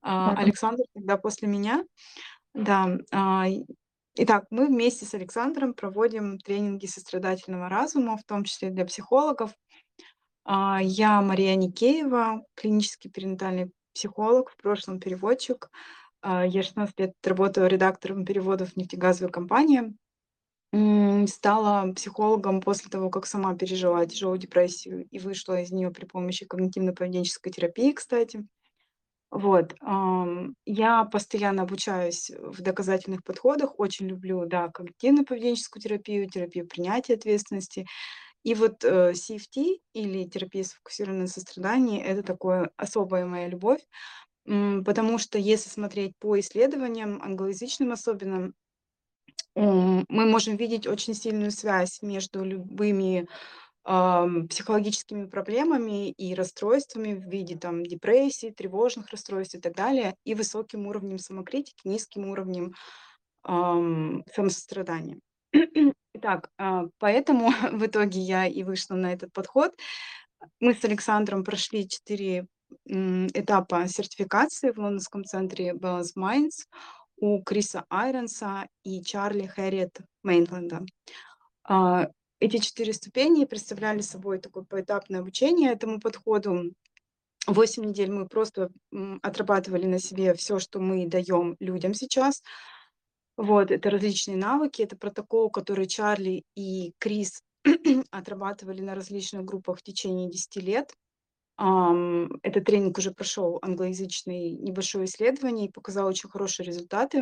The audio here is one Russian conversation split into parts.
Поэтому Александр тогда после меня. Да, итак, мы вместе с Александром проводим тренинги сострадательного разума, в том числе для психологов. Я Мария Никеева, клинический перинатальный психолог, в прошлом переводчик. Я 16 лет работаю редактором переводов в нефтегазовой компании. Стала психологом после того, как сама пережила тяжелую депрессию и вышла из нее при помощи когнитивно-поведенческой терапии, кстати. Вот, я постоянно обучаюсь в доказательных подходах, очень люблю, да, когнитивно-поведенческую терапию, терапию принятия ответственности. И вот, CFT или терапия сфокусированного сострадания — это такое особая моя любовь, потому что если смотреть по исследованиям, англоязычным особенно, мы можем видеть очень сильную связь между любыми психологическими проблемами и расстройствами в виде там депрессии, тревожных расстройств и так далее, и высоким уровнем самокритики, низким уровнем самосострадания. Итак, поэтому в итоге я и вышла на этот подход. Мы с Александром прошли 4 этапа сертификации в лондонском центре Balance Minds у Криса Айронса и Чарли Хэрриет Мейнленда. А, Эти 4 ступени представляли собой такое поэтапное обучение этому подходу. 8 недель мы просто, отрабатывали на себе все, что мы даем людям сейчас. Вот, это различные навыки, это протокол, который Чарли и Крис отрабатывали на различных группах в течение 10 лет. Этот тренинг уже прошел англоязычное небольшое исследование и показал очень хорошие результаты.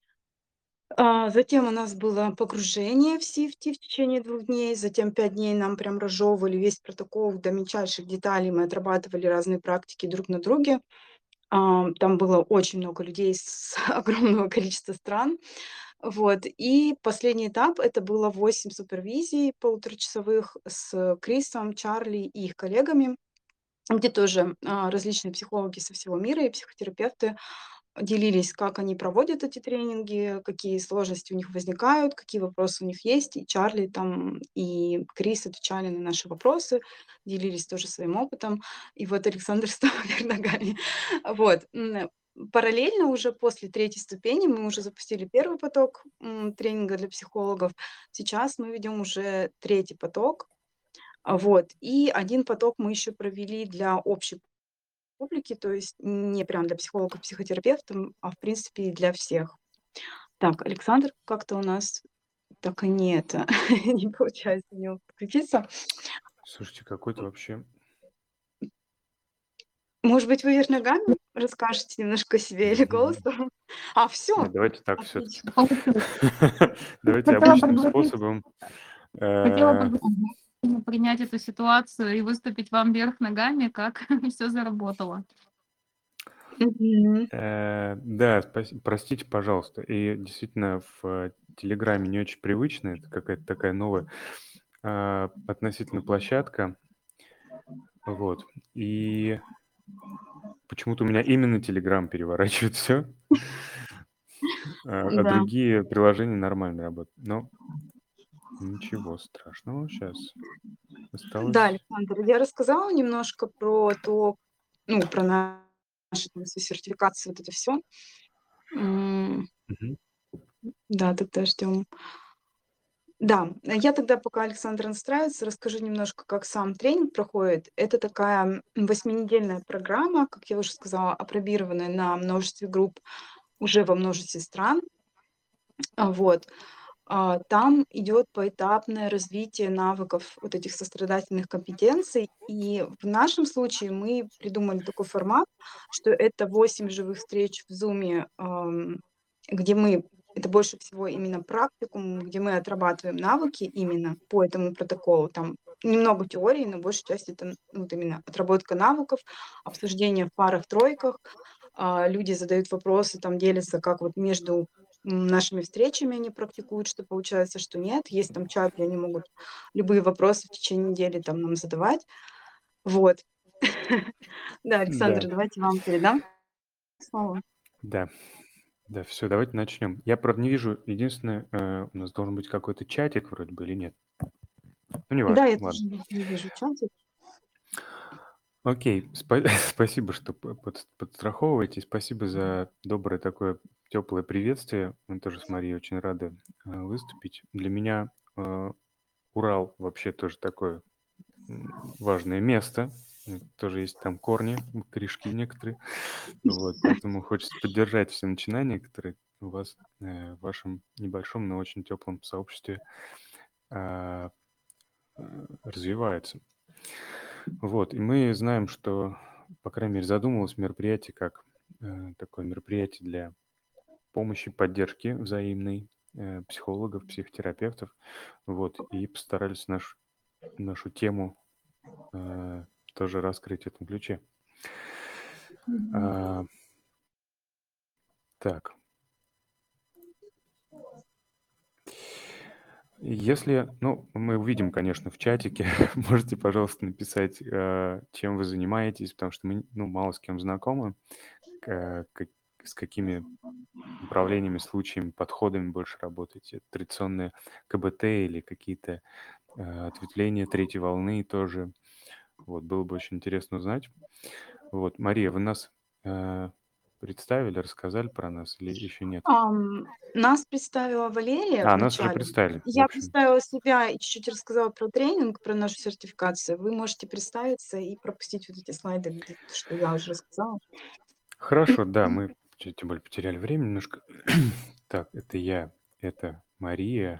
Затем у нас было погружение в CFT в течение 2 дней, затем 5 дней нам прям разжевывали весь протокол до мельчайших деталей. Мы отрабатывали разные практики друг на друге. Там было очень много людей с огромного количества стран. Вот. И последний этап — это было 8 супервизий полуторачасовых с Крисом, Чарли и их коллегами, где тоже, различные психологи со всего мира и психотерапевты делились, как они проводят эти тренинги, какие сложности у них возникают, какие вопросы у них есть. И Чарли там, и Крис отвечали на наши вопросы, делились тоже своим опытом. И вот Александр стал вверх ногами. Вот. Параллельно уже после третьей ступени мы уже запустили первый поток тренинга для психологов. Сейчас мы ведем уже третий поток. Вот. И один поток мы еще провели для общей публики, то есть не прям для психологов, психотерапевтов, а в принципе и для всех. Так, Александр как-то у нас так и не это, не получается у него подключиться. Слушайте, какой-то вообще... Может быть, вы вверх ногами расскажете немножко о себе или Мгм. голосом? Нет, Все, давайте так все-таки. отлично. Получилось. Давайте Хотела обычным предложить способом. хотела Э, предложить принять эту ситуацию и выступить вам вверх ногами, как все заработало. Мгм. Да, простите, пожалуйста. И действительно, в Телеграме не очень привычно. Это какая-то такая новая относительно площадка. Вот. И почему-то у меня именно Телеграм переворачивает все, а Да. другие приложения нормально работают. Но ничего страшного. Сейчас Да, осталось... Александр, я рассказала немножко про то, ну, про нашу там всю сертификацию, вот это все. Мгм. Да, тогда ждем. Да, я тогда, пока Александр настраивается, расскажу немножко, как сам тренинг проходит. Это такая восьминедельная программа, как я уже сказала, апробированная на множестве групп уже во множестве стран. Вот. Там идет поэтапное развитие навыков вот этих сострадательных компетенций. И в нашем случае мы придумали такой формат, что это 8 живых встреч в Zoom, где мы это больше всего именно практикум, где мы отрабатываем навыки именно по этому протоколу. Там немного теории, но большая часть это вот именно отработка навыков, обсуждение в парах, тройках. Люди задают вопросы, там делятся, как вот между нашими встречами они практикуют, что получается, что нет. Есть там чат, где они могут любые вопросы в течение недели там нам задавать. Вот. Да, Александр, Да, давайте вам передам слово. да, да, все, давайте начнем. Я, правда, не вижу, единственное, у нас должен быть какой-то чатик вроде бы или нет? Ну, Да, неважно, я ладно. тоже не вижу чатик. Окей, спасибо, что подстраховываете. Спасибо за доброе такое теплое приветствие. Мы тоже с Марией очень рады выступить. Для меня Урал вообще тоже такое важное место. Тоже есть там корни, корешки некоторые. Вот, поэтому хочется поддержать все начинания, которые у вас в вашем небольшом, но очень теплом сообществе а, развиваются. Вот, и мы знаем, что, по крайней мере, задумывалось мероприятие как такое мероприятие для помощи, поддержки взаимной психологов, психотерапевтов. Вот, и постарались нашу тему тоже раскрыть в этом ключе. А, так, если, ну, мы увидим, конечно, в чатике, можете, пожалуйста, написать, чем вы занимаетесь, потому что мы, ну, мало с кем знакомы, к- как- с какими направлениями, случаями, подходами больше работаете. Традиционные КБТ или какие-то ответвления третьей волны тоже. Вот, было бы очень интересно узнать. Вот, Мария, вы нас представили, рассказали про нас или еще нет? Нас представила Валерия Нас уже вначале. представили, в Я общем. представила себя и чуть-чуть рассказала про тренинг, про нашу сертификацию. Вы можете представиться и пропустить вот эти слайды, где что я уже рассказала. Хорошо, да, мы тем более потеряли время немножко. Так, это я, это Мария.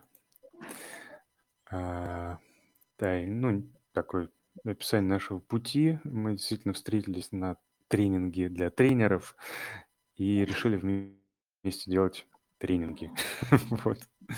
Да, и, ну, такое описание нашего пути. Мы действительно встретились на тренинге для тренеров и решили вместе делать тренинги. Вот.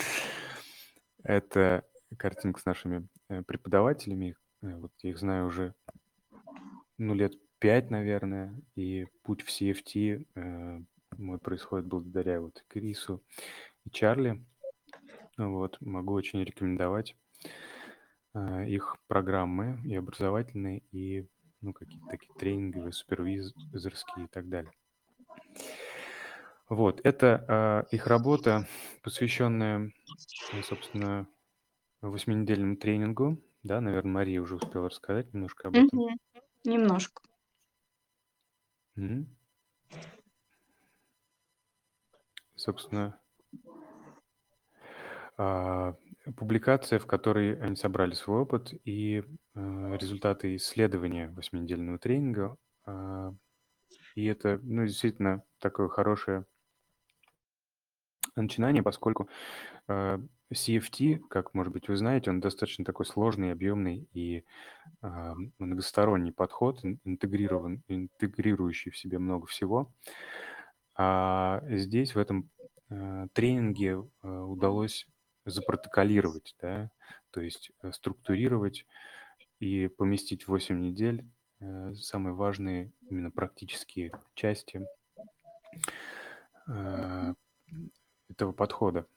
Это картинка с нашими преподавателями. Вот я их знаю уже, ну, лет 5, наверное, и путь в CFT мой происходит благодаря вот Крису и Чарли. Вот, могу очень рекомендовать их программы и образовательные, и ну, какие-то такие тренинговые, супервизорские и так далее. Вот, это их работа, посвященная, собственно, 8-недельному тренингу. Да, наверное, Мария уже успела рассказать немножко об этом. Немножко. Мгм. Собственно, публикация, в которой они собрали свой опыт и результаты исследования 8-недельного тренинга. И это, ну, действительно такое хорошее начинание, поскольку CFT, как, может быть, вы знаете, он достаточно такой сложный, объемный и многосторонний подход, интегрирующий в себе много всего. А здесь, в этом тренинге, удалось запротоколировать, да, то есть структурировать и поместить в 8 недель самые важные именно практические части этого подхода.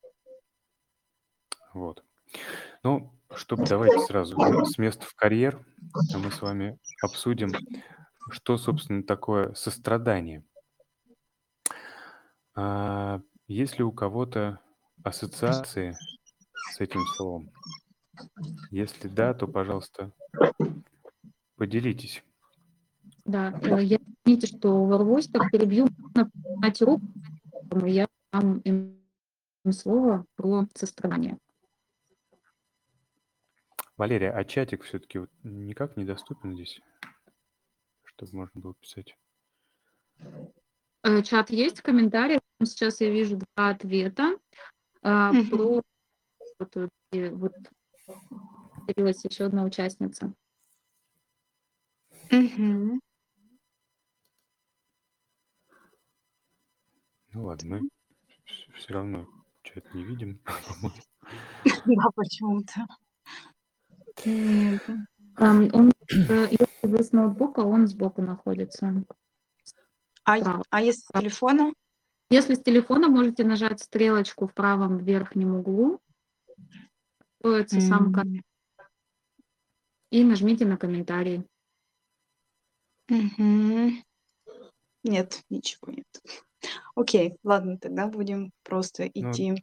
Вот. Ну, чтобы давайте сразу с места в карьер мы с вами обсудим, что, собственно, такое сострадание. Есть ли у кого-то ассоциации с этим словом? Если да, то, пожалуйста, поделитесь. Да, я, извините, что ворвусь, так перебью, можно поднять руку, я дам им слово про сострадание. Валерия, а чатик все-таки вот никак недоступен здесь, чтобы можно было писать? Чат есть в комментариях. Сейчас я вижу 2 ответа. Про вот появилась еще одна участница. Мгм. Ну ладно, мы все равно чат не видим, по-моему. Да, почему-то. Нет. Он, если вы с ноутбука, он сбоку находится. Справа. Если с телефона? Если с телефона, можете нажать стрелочку в правом верхнем углу. Откроется сам канал. И нажмите на комментарии. Мгм. Нет, ничего нет. Окей, ладно, тогда будем просто идти.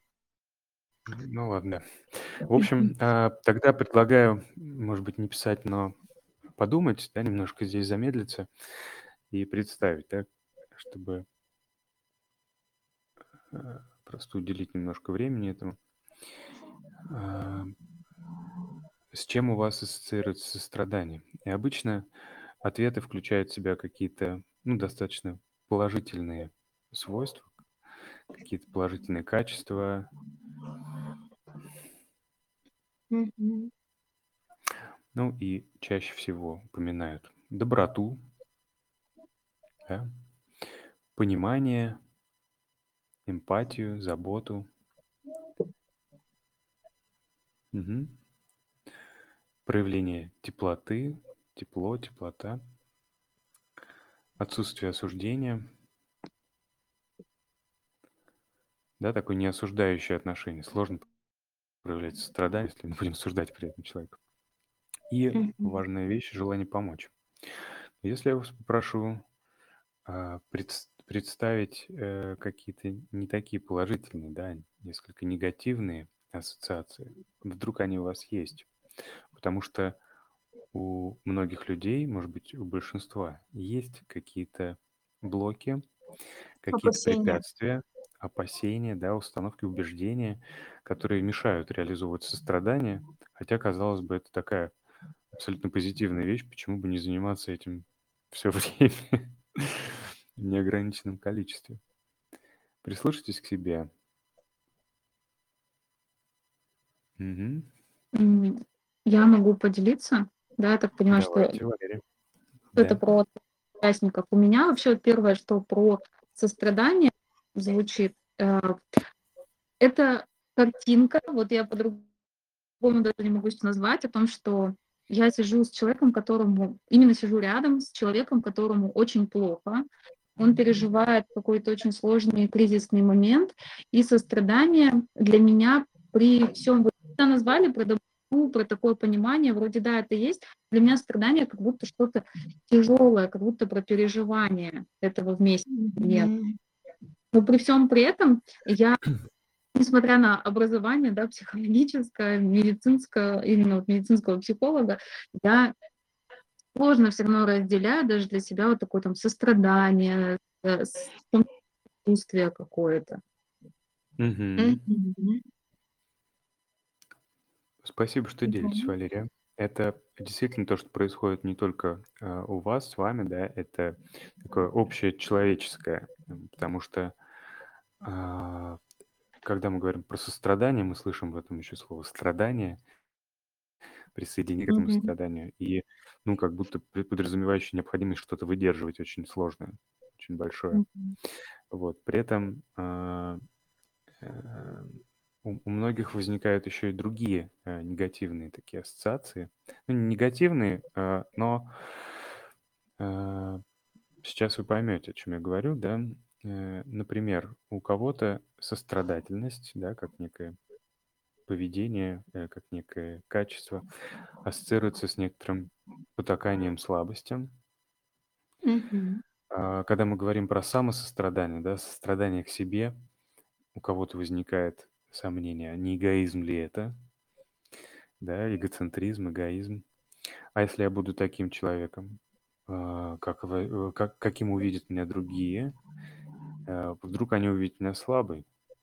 Ну ладно. В общем, тогда предлагаю, может быть, не писать, но подумать, да, немножко здесь замедлиться и представить, да, чтобы просто уделить немножко времени этому. А, С чем у вас ассоциируется сострадание? И обычно ответы включают в себя какие-то, ну, достаточно положительные свойства, какие-то положительные качества, Мгм. ну и чаще всего упоминают доброту, да, понимание, эмпатию, заботу, мгм, проявление теплоты, тепло, теплота, отсутствие осуждения, да, такое неосуждающее отношение. Сложно проявлять сострадание, если мы будем осуждать при этом человека. И Мгм. важная вещь — желание помочь. Если я вас попрошу представить какие-то не такие положительные, да, несколько негативные ассоциации, вдруг они у вас есть. Потому что у многих людей, может быть, у большинства, есть какие-то блоки, какие-то Опасения. препятствия, опасения, да, установки, убеждения, которые мешают реализовывать сострадание. Хотя, казалось бы, это такая абсолютно позитивная вещь, почему бы не заниматься этим все время в неограниченном количестве. Прислушайтесь к себе. Мгм. М, Я могу поделиться. Да, я так понимаю, что Давайте, Валерий. это Да. про участников. У меня вообще вот первое, что про сострадание звучит, это картинка, вот я по-другому даже не могу сейчас назвать, о том, что я сижу с человеком, которому именно сижу рядом с человеком, которому очень плохо. Он переживает какой-то очень сложный кризисный момент, и сострадание для меня при всем вы всё назвали про доброту, про такое понимание, вроде да, это есть. Для меня страдание как будто что-то тяжелое, как будто про переживание этого вместе нет. Мгм. Но при всем при этом я, несмотря на образование, да, психологическое, медицинское, именно вот медицинского психолога, я сложно все равно разделяю даже для себя вот такое там сострадание, сочувствие какое-то. Мгм. Мгм. Спасибо, что делитесь, Мгм. Валерия. Это действительно то, что происходит не только у вас с вами, да, это такое общее человеческое, потому что а, когда мы говорим про сострадание, мы слышим в этом еще слово страдание, присоединение к этому Мгм. страданию, и, ну, как будто подразумевающее необходимость что-то выдерживать очень сложное, очень большое. Мгм. Вот. При этом э, у многих возникают еще и другие негативные такие ассоциации. Ну, не негативные, но э, сейчас вы поймете, о чем я говорю, да. Например, у кого-то сострадательность, да, как некое поведение, как некое качество, ассоциируется с некоторым потаканием слабостям. Мгм. Когда мы говорим про самосострадание, да, сострадание к себе, у кого-то возникает сомнение, а не эгоизм ли это, да, эгоцентризм, эгоизм. А если я буду таким человеком, каким увидят меня другие, вдруг они увидят меня слабый.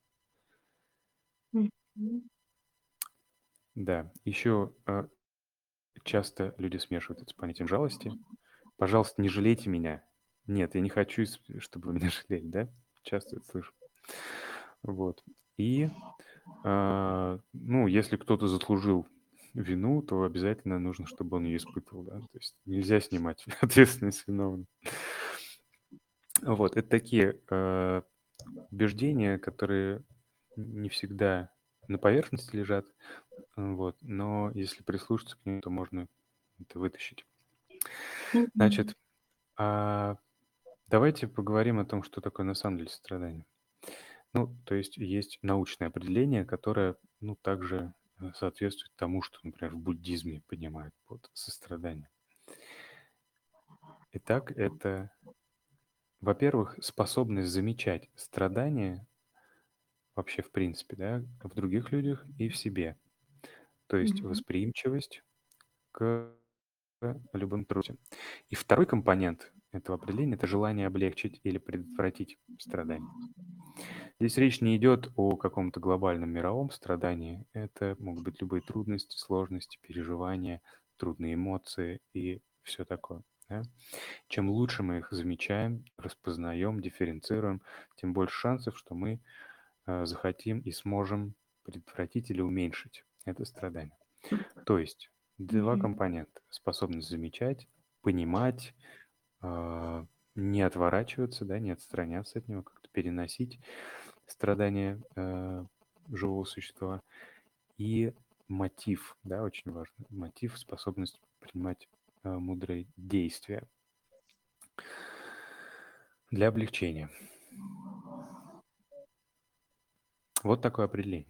Мгм. Да, еще часто люди смешивают это с понятием жалости. Пожалуйста, не жалейте меня. Нет, я не хочу, чтобы вы меня жалели, да? Часто это слышу. Вот. И, ну, если кто-то заслужил вину, то обязательно нужно, чтобы он ее испытывал, да. То есть нельзя снимать ответственность с виновного. Вот, это такие убеждения, которые не всегда на поверхности лежат, вот, но если прислушаться к ним, то можно это вытащить. Мгм. Значит, а, давайте поговорим о том, что такое на самом деле страдание. Ну, то есть есть научное определение, которое, ну, также соответствует тому, что, например, в буддизме понимают под сострадание. Итак, это, во-первых, способность замечать страдания вообще в принципе, да, в других людях и в себе. То есть Мгм. восприимчивость к любым труде. И второй компонент этого определения – это желание облегчить или предотвратить страдания. Здесь речь не идет о каком-то глобальном мировом страдании. Это могут быть любые трудности, сложности, переживания, трудные эмоции и все такое. Да? Чем лучше мы их замечаем, распознаем, дифференцируем, тем больше шансов, что мы захотим и сможем предотвратить или уменьшить это страдание. То есть два компонента. Способность замечать, понимать, не отворачиваться, да, не отстраняться от него, как-то переносить страдания живого существа. И мотив, да, очень важно. Мотив, способность принимать мудрые действия для облегчения. Вот такое определение.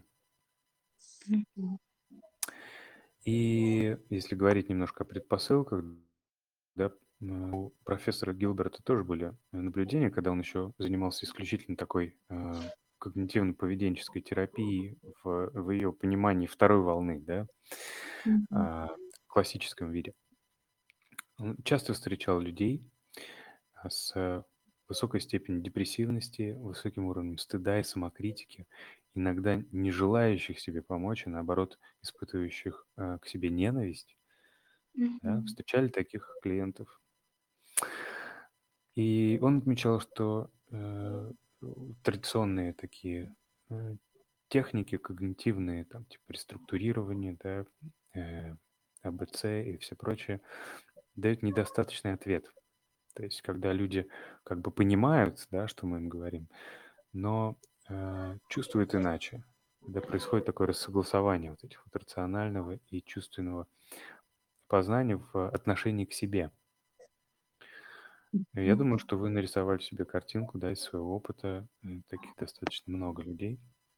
И если говорить немножко о предпосылках, да, у профессора Гилберта тоже были наблюдения, когда он еще занимался исключительно такой когнитивно-поведенческой терапией в ее понимании второй волны, да, в классическом виде. Он часто встречал людей с высокой степенью депрессивности, высоким уровнем стыда и самокритики, иногда не желающих себе помочь, а наоборот испытывающих к себе ненависть. Да, встречали таких клиентов. И он отмечал, что традиционные такие техники когнитивные, там, типа реструктурирование, да, АБЦ и все прочее, дают недостаточный ответ. То есть, когда люди как бы понимают, да, что мы им говорим, но чувствуют иначе. Когда происходит такое рассогласование вот этих вот рационального и чувственного познания в отношении к себе. Я думаю, что вы нарисовали себе картинку, да, из своего опыта. Таких достаточно много людей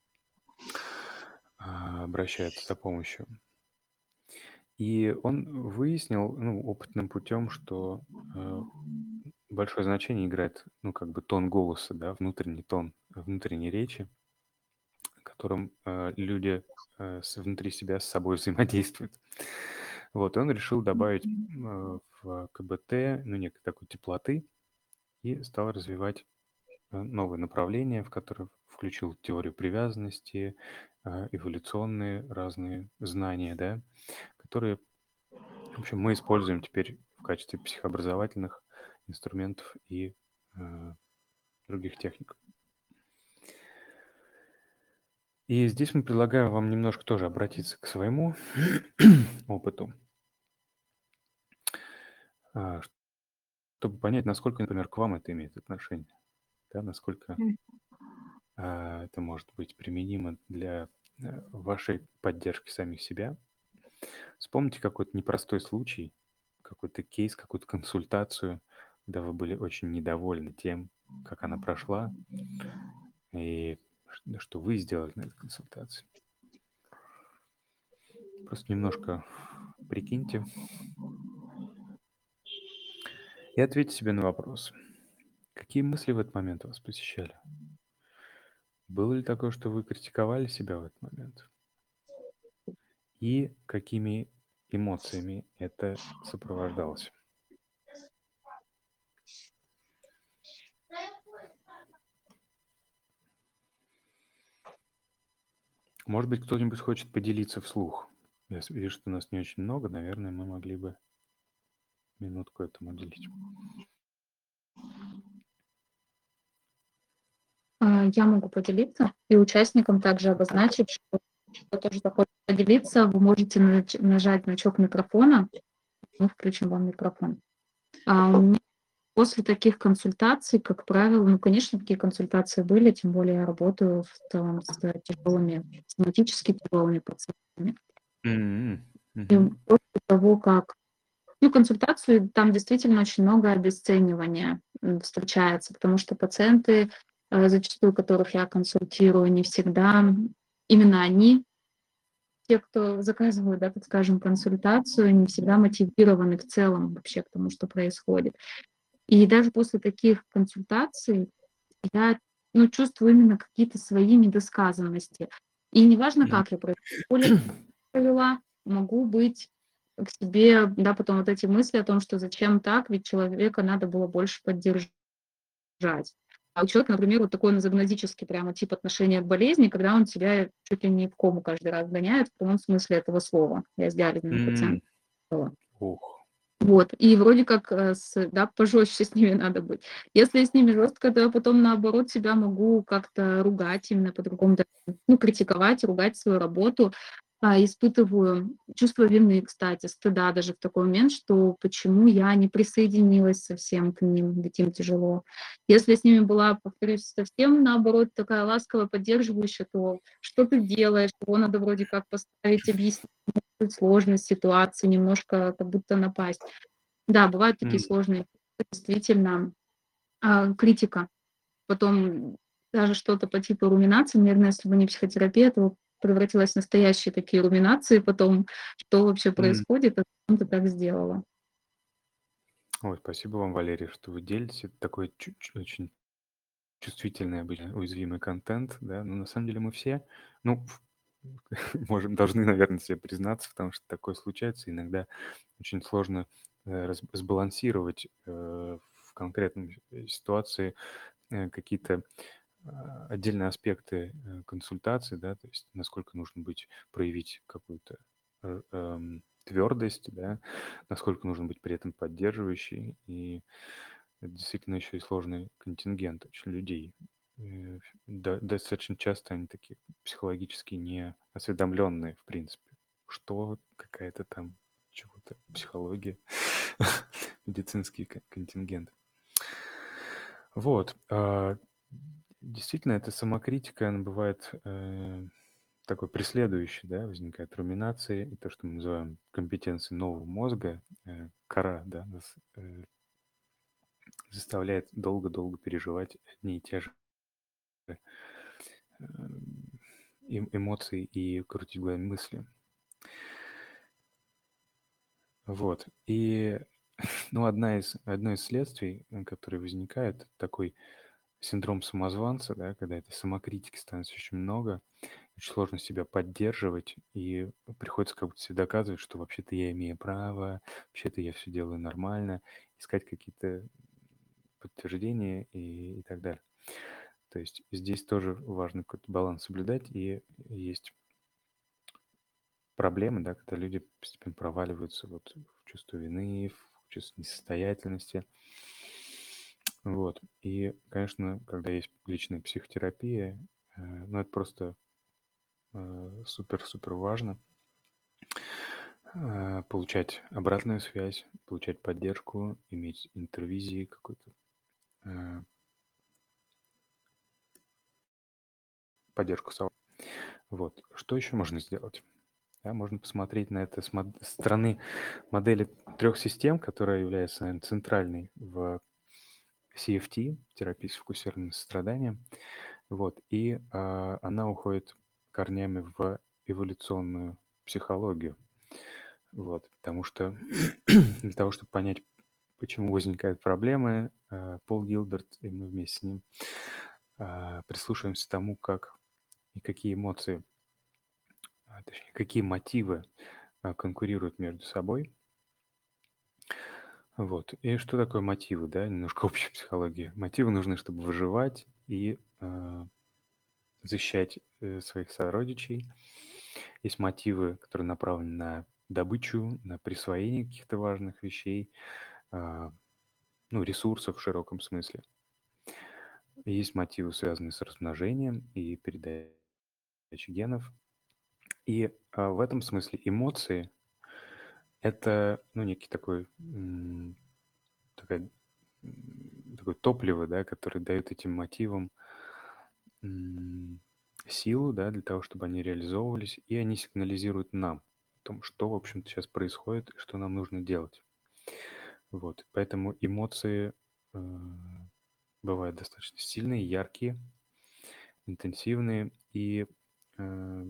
обращаются за помощью. И он выяснил, ну, опытным путем, что большое значение играет, ну, как бы тон голоса, да, внутренний тон внутренней речи, которым люди внутри себя с собой взаимодействуют. Вот, и он решил добавить в КБТ, ну, некой такой теплоты и стал развивать новое направление, в которое включил теорию привязанности, эволюционные разные знания, да, которые, в общем, мы используем теперь в качестве психообразовательных инструментов и других техник. И здесь мы предлагаем вам немножко тоже обратиться к своему опыту, чтобы понять, насколько, например, к вам это имеет отношение, да, насколько это может быть применимо для вашей поддержки самих себя. Вспомните какой-то непростой случай, какой-то кейс, какую-то консультацию, когда вы были очень недовольны тем, как она прошла, и что вы сделали на этой консультации. Просто немножко прикиньте и ответьте себе на вопрос. Какие мысли в этот момент вас посещали? Было ли такое, что вы критиковали себя в этот момент? И какими эмоциями это сопровождалось? Может быть, кто-нибудь хочет поделиться вслух? Я вижу, что нас не очень много. Наверное, мы могли бы минутку этому уделить. Я могу поделиться и участникам также обозначить, что кто тоже захочет поделиться, вы можете нажать значок микрофона, мы включим вам микрофон. У меня после таких консультаций, как правило, ну, конечно, такие консультации были, тем более я работаю в целом с тяжелыми, соматически тяжелыми пациентами. И после того, как консультацию, там действительно очень много обесценивания встречается, потому что пациенты, зачастую которых я консультирую, не всегда именно они, те, кто заказывают, да, так скажем, консультацию, не всегда мотивированы в целом вообще к тому, что происходит. И даже после таких консультаций я, чувствую именно какие-то свои недосказанности. И неважно, как я провела, могу быть к себе, да, потом вот эти мысли о том, что зачем так, ведь человека надо было больше поддержать. А у человека, например, вот такой назогнозический прямо тип отношения к болезни, когда он тебя чуть ли не в кому каждый раз гоняет, в прямом смысле этого слова. Я с диализными М, пациентами была. Ух. Вот, и вроде как, да, пожестче с ними надо быть. Если с ними жестко, то я потом, наоборот, себя могу как-то ругать именно по-другому, даже, ну, критиковать, ругать свою работу. Испытываю чувство вины, кстати, стыда даже в такой момент, что почему я не присоединилась совсем к ним, ведь им тяжело. Если с ними была, повторюсь, совсем наоборот такая ласковая, поддерживающая, то что ты делаешь, его надо вроде как поставить, объяснить сложность ситуации, немножко как будто напасть. Да, бывают такие М, сложные, действительно, критика. Потом даже что-то по типу руминации, наверное, если бы не психотерапия, то превратилась в настоящие такие руминации потом, что вообще м. происходит, а почему ты так сделала. Ой, спасибо вам, Валерий, что вы делитесь. Это такой очень чувствительный, обычно уязвимый контент, да. Но на самом деле мы все, ну, можем, должны, наверное, себе признаться, потому что такое случается. Иногда очень сложно сбалансировать в конкретной ситуации какие-то отдельные аспекты консультации, да, то есть насколько нужно быть, проявить какую-то твердость, да, насколько нужно быть при этом поддерживающей. И это действительно еще и сложный контингент очень людей. Достаточно часто они такие психологически не осведомленные, в принципе, что какая-то там чего-то психология, медицинский контингент. Вот. Действительно, эта самокритика, она бывает такой преследующей, да, возникает руминации, и то, что мы называем компетенцией нового мозга, кора, да, нас заставляет долго-долго переживать одни и те же эмоции и крутить головой мысли. Вот. И, ну, одно из следствий, которое возникает, такой синдром самозванца, да, когда этой самокритики становится очень много, очень сложно себя поддерживать, и приходится как будто себе доказывать, что вообще-то я имею право, вообще-то я все делаю нормально, искать какие-то подтверждения и так далее. То есть здесь тоже важно какой-то баланс соблюдать, и есть проблемы, да, когда люди постепенно проваливаются вот в чувство вины, в чувство несостоятельности. Вот. И, конечно, когда есть личная психотерапия, ну, это просто супер-супер важно получать обратную связь, получать поддержку, иметь интервизии какой-то, э, поддержку сообщества. Вот. Что еще можно сделать? Да, можно посмотреть на это с стороны модели трех систем, которая является, наверное, центральной в CFT, терапии с фокусированным состраданием. Вот. И она уходит корнями в эволюционную психологию. Вот. Потому что для того, чтобы понять, почему возникают проблемы, Пол Гилберт и мы вместе с ним прислушиваемся к тому, как и какие эмоции, точнее, какие мотивы конкурируют между собой. Вот. И что такое мотивы, да? Немножко общая психология. Мотивы нужны, чтобы выживать и защищать своих сородичей. Есть мотивы, которые направлены на добычу, на присвоение каких-то важных вещей, а, ну, ресурсов в широком смысле. Есть мотивы, связанные с размножением и передачей генов. И в этом смысле эмоции– это, ну, некий такой, такая, такое топливо, да, которое дает этим мотивам силу, да, для того, чтобы они реализовывались, и они сигнализируют нам о том, что, в общем-то, сейчас происходит и что нам нужно делать. Вот, поэтому эмоции бывают достаточно сильные, яркие, интенсивные, э,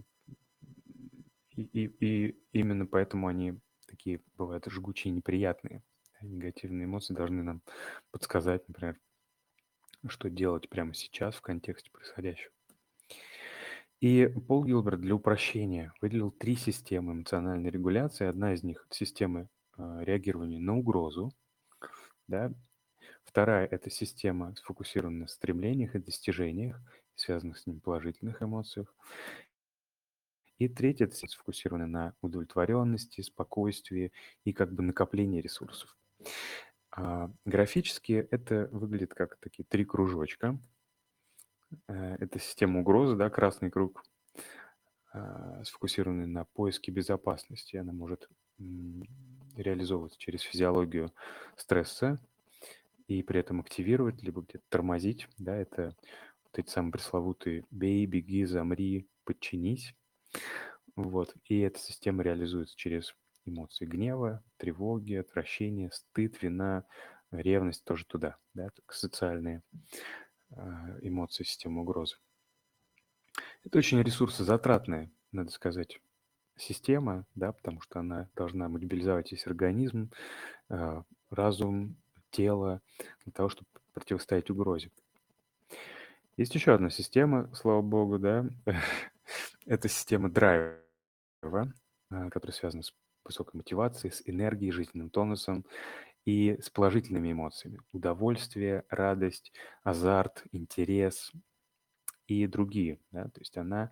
и именно поэтому они такие бывают жгучие, неприятные. Негативные эмоции должны нам подсказать, например, что делать прямо сейчас в контексте происходящего. И Пол Гилберт для упрощения выделил 3 системы эмоциональной регуляции. Одна из них — это системы реагирования на угрозу, да. Вторая — это система, сфокусированная на стремлениях и достижениях, связанных с ними положительных эмоциях. И третья — это сфокусированная на удовлетворенности, спокойствии и как бы накоплении ресурсов. Графически это выглядит как такие 3 кружочка. Это система угрозы, да, красный круг, сфокусированный на поиске безопасности. Она может реализовываться через физиологию стресса и при этом активировать, либо где-то тормозить. Да, это вот эти самые пресловутые «бей», «беги», «замри», «подчинись». Вот. И эта система реализуется через эмоции гнева, тревоги, отвращения, стыд, вина, ревность тоже туда, да, так, социальные эмоции системы угрозы. Это очень ресурсозатратная, надо сказать, система, да, потому что она должна мобилизовать весь организм, разум, тело для того, чтобы противостоять угрозе. Есть еще одна система, слава богу, да, это система драйва, которая связана с высокой мотивацией, с энергией, жизненным тонусом и с положительными эмоциями. Удовольствие, радость, азарт, интерес и другие. Да? То есть она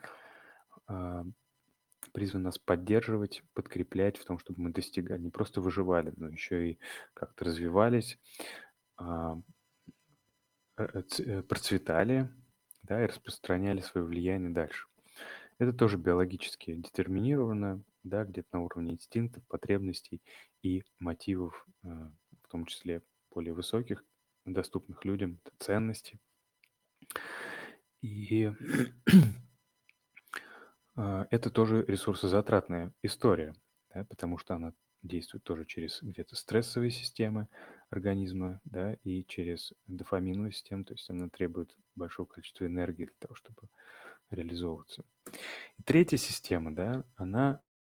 призвана нас поддерживать, подкреплять в том, чтобы мы достигали, не просто выживали, но еще и как-то развивались, процветали, да, и распространяли свое влияние дальше. Это тоже биологически детерминировано, да, где-то на уровне инстинктов, потребностей и мотивов, в том числе более высоких, доступных людям, это ценности. И это тоже ресурсозатратная история, да, потому что она действует тоже через где-то стрессовые системы организма, да, и через дофаминовую систему, то есть она требует большого количества энергии для того, чтобы реализовываться. И третья система, да, она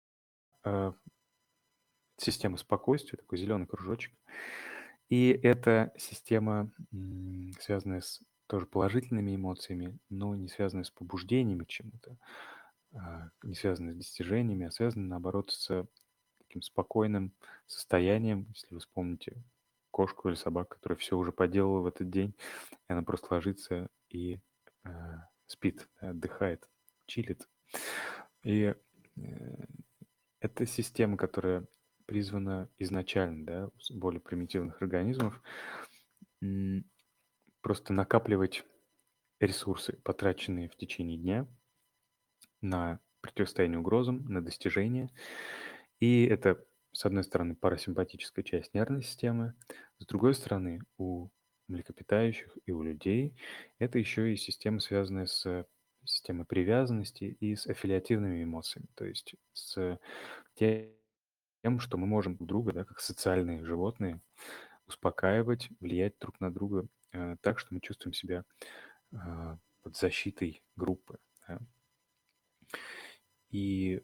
система спокойствия, такой зеленый кружочек. И эта система, связанная с тоже положительными эмоциями, но не связанная с побуждениями к чему-то, не связанная с достижениями, а связанная, наоборот, с таким спокойным состоянием. Если вы вспомните кошку или собаку, которая все уже поделала в этот день, и она просто ложится и спит, отдыхает, чилит. И это система, которая призвана изначально, да, у более примитивных организмов просто накапливать ресурсы, потраченные в течение дня на противостояние угрозам, на достижения. И это, с одной стороны, парасимпатическая часть нервной системы, с другой стороны, у млекопитающих и у людей это еще и система, связанная с системой привязанности и с аффилиативными эмоциями, то есть с тем, что мы можем друг друга, да, как социальные животные, успокаивать, влиять друг на друга так, что мы чувствуем себя под защитой группы. Да. И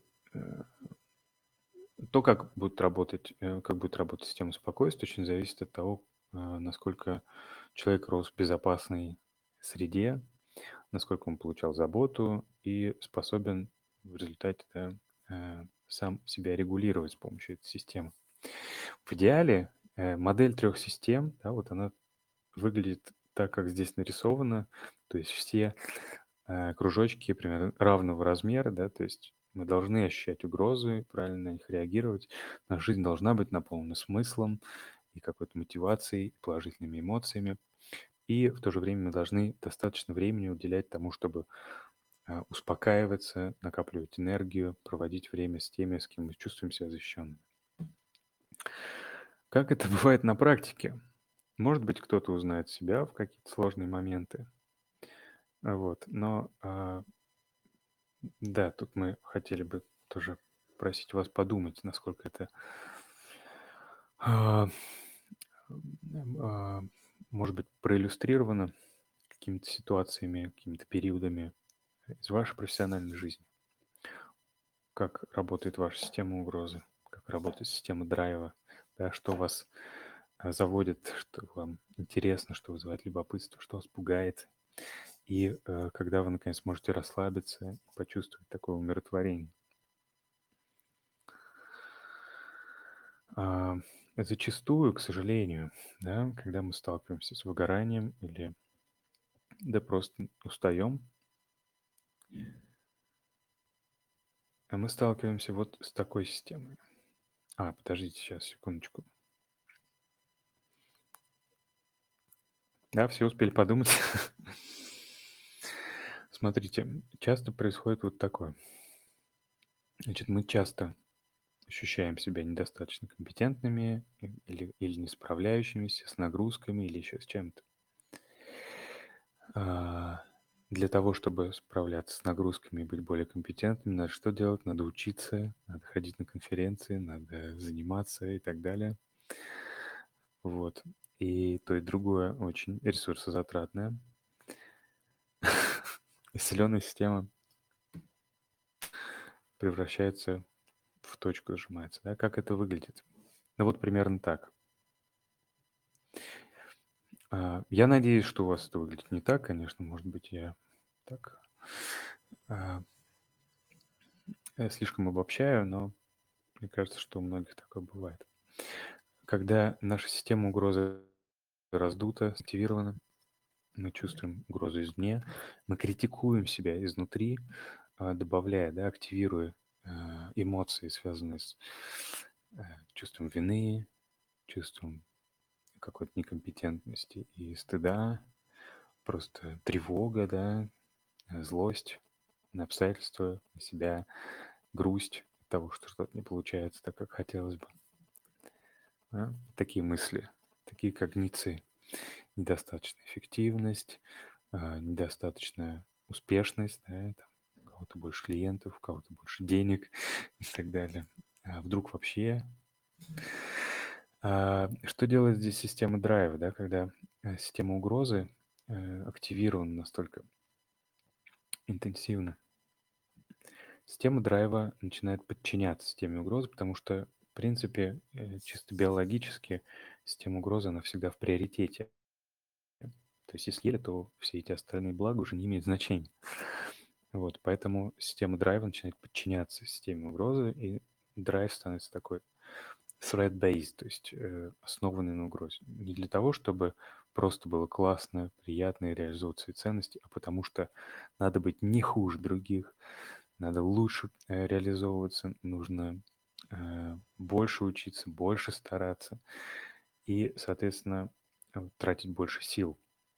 то, как будет работать система спокойствия, очень зависит от того, насколько человек рос в безопасной среде, насколько он получал заботу и способен в результате, да, сам себя регулировать с помощью этой системы. В идеале модель 3 систем, да, вот она выглядит так, как здесь нарисовано, то есть все кружочки примерно равного размера, да, то есть мы должны ощущать угрозы, правильно на них реагировать. Наша жизнь должна быть наполнена смыслом и какой-то мотивацией, положительными эмоциями. И в то же время мы должны достаточно времени уделять тому, чтобы успокаиваться, накапливать энергию, проводить время с теми, с кем мы чувствуем себя защищенными. Как это бывает на практике? Может быть, кто-то узнает себя в какие-то сложные моменты. Вот. Но да, тут мы хотели бы тоже просить вас подумать, насколько это а, а, может быть проиллюстрировано какими-то ситуациями, какими-то периодами из вашей профессиональной жизни. Как работает ваша система угрозы, как работает система драйва, да, что вас заводит, что вам интересно, что вызывает любопытство, что вас пугает и когда вы наконец можете расслабиться, почувствовать такое умиротворение. А, Зачастую, к сожалению, да, когда мы сталкиваемся с выгоранием или да просто устаем, мы сталкиваемся вот с такой системой. Подождите, сейчас, секундочку. Да, все успели подумать. Смотрите, часто происходит вот такое. Значит, мы часто ощущаем себя недостаточно компетентными или не справляющимися с нагрузками или еще с чем-то. Для того, чтобы справляться с нагрузками и быть более компетентными, надо что делать? Надо учиться, надо ходить на конференции, надо заниматься и так далее. Вот. И то, и другое очень ресурсозатратное. И соленая система превращается в точку, сжимается. Да? Как это выглядит? Ну вот примерно так. Я надеюсь, что у вас это выглядит не так, конечно, может быть, я так слишком обобщаю, но мне кажется, что у многих такое бывает. Когда наша система угрозы раздута, активирована, мы чувствуем угрозу извне, мы критикуем себя изнутри, добавляя, да, активируя эмоции, связанные с чувством вины, чувством какой-то некомпетентности и стыда, просто тревога, да, злость на обстоятельства, на себя, грусть от того, что что-то не получается так, как хотелось бы. Да? Такие мысли, такие когниции. Недостаточная эффективность, недостаточная успешность, да, там, у кого-то больше клиентов, у кого-то больше денег и так далее. Вдруг вообще... Что делает здесь система драйва, да, когда система угрозы активирована настолько интенсивно? Система драйва начинает подчиняться системе угрозы, потому что, в принципе, чисто биологически система угрозы, она всегда в приоритете. То есть если то все эти остальные блага уже не имеют значения. Вот, поэтому система драйва начинает подчиняться системе угрозы, и драйв становится такой threat-based, то есть основанный на угрозе. Не для того, чтобы просто было классно, приятно реализовывать свои ценности, а потому что надо быть не хуже других, надо лучше реализовываться, нужно больше учиться, больше стараться и, соответственно, тратить больше сил.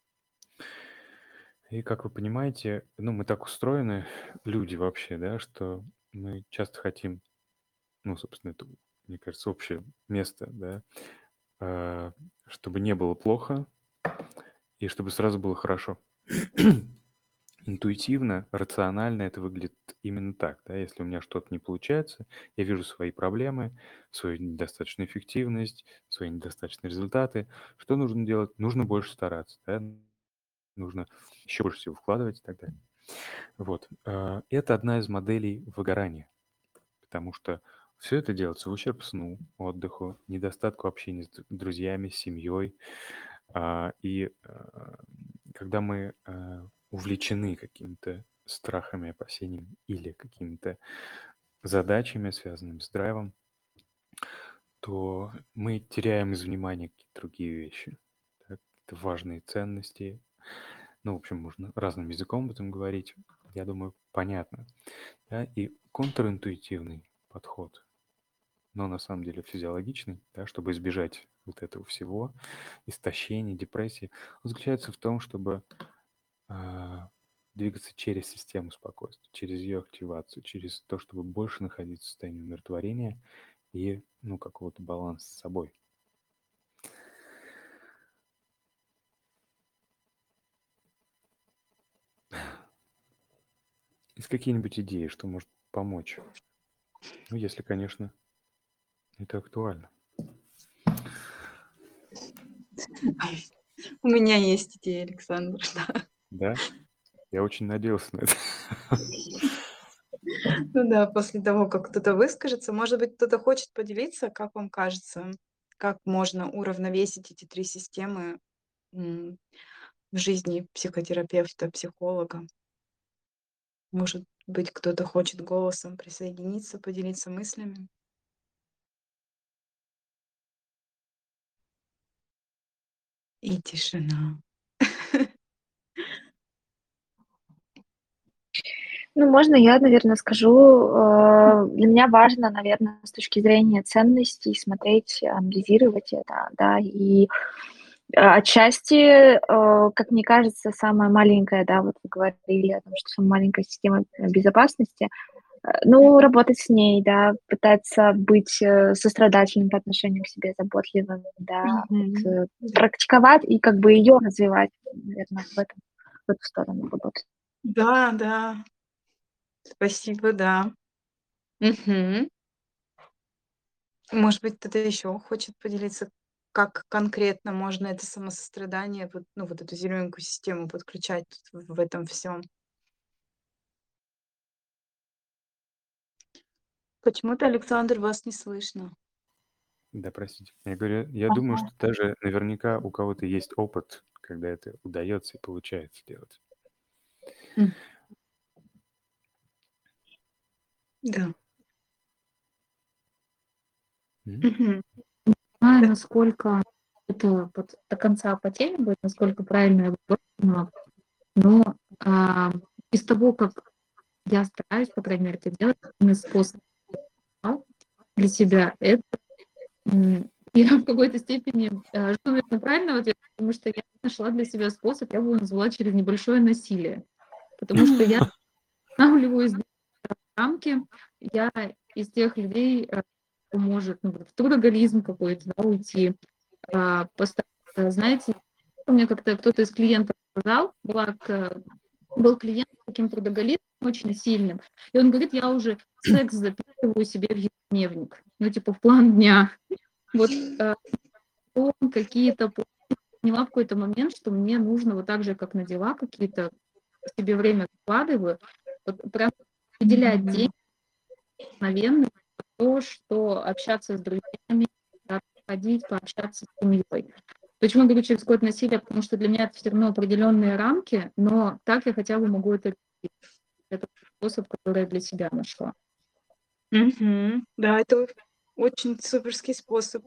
И как вы понимаете, ну, мы так устроены, люди вообще, да, что мы часто хотим, ну, собственно, это, мне кажется, общее место, да, чтобы не было плохо и чтобы сразу было хорошо. Интуитивно, рационально это выглядит именно так, да, если у меня что-то не получается, я вижу свои проблемы, свою недостаточную эффективность, свои недостаточные результаты. Что нужно делать? Нужно больше стараться, да, нужно еще больше сил вкладывать и так далее. Вот. Это одна из моделей выгорания, потому что все это делается в ущерб сну, отдыху, недостатку общения с друзьями, с семьей. И когда мы увлечены какими-то страхами, опасениями или какими-то задачами, связанными с драйвом, то мы теряем из внимания какие-то другие вещи. Да, какие-то важные ценности. Ну, в общем, можно разным языком об этом говорить. Я думаю, понятно. Да, и контринтуитивный подход, но на самом деле физиологичный, да, чтобы избежать вот этого всего, истощения, депрессии, он заключается в том, чтобы двигаться через систему спокойствия, через ее активацию, через то, чтобы больше находиться в состоянии умиротворения и, ну, какого-то баланса с собой. Есть какие-нибудь идеи, что может помочь? Ну, если, конечно, это актуально. У меня есть идея, Александр, да. Да? Я очень надеялся на это. Ну да, после того, как кто-то выскажется, может быть, кто-то хочет поделиться, как вам кажется, как можно уравновесить эти 3 системы, в жизни психотерапевта, психолога. Может быть, кто-то хочет голосом присоединиться, поделиться мыслями. И тишина. Ну, можно я, наверное, скажу. Для меня важно, наверное, с точки зрения ценностей смотреть, анализировать это, да. И, отчасти, как мне кажется, самая маленькая, да, вот вы говорили о том, что самая маленькая система, безопасности. Ну, работать с ней, да, пытаться быть, сострадательным по отношению к себе, заботливым, да, вот, Мгм. практиковать и как бы ее развивать, наверное, в эту сторону работать. Да, да. Спасибо, да. Мгм. Может быть, кто-то еще хочет поделиться, как конкретно можно это самосострадание, вот, ну, вот эту зелененькую систему подключать в этом всем. Почему-то, Александр, вас не слышно. Да, простите. Я говорю, я думаю, что даже наверняка у кого-то есть опыт, когда это удается и получается делать. М. Да. Мгм. Мгм. Знаю, Да. насколько это вот до конца потеря будет, насколько правильно я поняла, но из того, как я стараюсь, по крайней мере, это делать, один из способов для себя, это я в какой-то степени жду, наверное, правильного ответа, потому что я нашла для себя способ, я его назвала через небольшое насилие. Потому что я устанавливаю рамки, я из тех людей, кто может, ну, вот в трудоголизм какой-то, да, уйти. Знаете, мне как-то кто-то из клиентов сказал, был клиент с таким трудоголизмом очень сильным, и он говорит, я уже секс записываю себе в ежедневник, ну, типа в план дня. Вот какие-то поняла в какой-то момент, что мне нужно вот так же, как на дела какие-то, себе время вкладываю, вот прям выделять день Мгм. мгновенно на то, что общаться с друзьями, да, ходить, пообщаться с семьей. Почему я говорю через какое-то насилие? Потому что для меня это все равно определенные рамки, но так я хотя бы могу это видеть. Это способ, который я для себя нашла. Мгм. Да, это очень суперский способ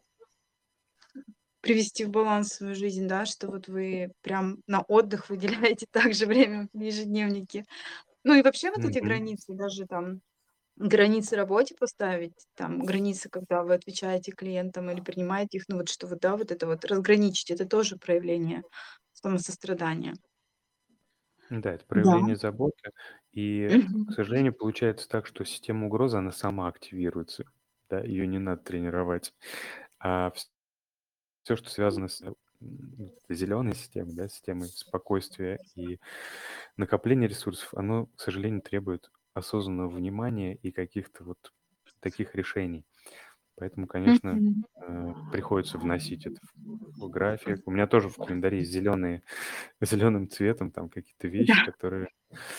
привести в баланс свою жизнь, да, что вот вы прям на отдых выделяете также время в ежедневнике. Ну и вообще вот эти Мгм. границы, даже там границы работе поставить, там границы, когда вы отвечаете клиентам или принимаете их, ну вот что вот, да, вот это вот разграничить, это тоже проявление самосострадания. Да, это Да. проявление заботы. И, к Мгм. сожалению, получается так, что система угрозы, она сама активируется. Да, ее не надо тренировать. А все, что связано с зеленой системой, да, системой спокойствия и накопления ресурсов, оно, к сожалению, требует осознанного внимания и каких-то вот таких решений. Поэтому, конечно, Мгм. приходится вносить это в график. У меня тоже в календаре есть зеленым цветом там какие-то вещи, Да. которые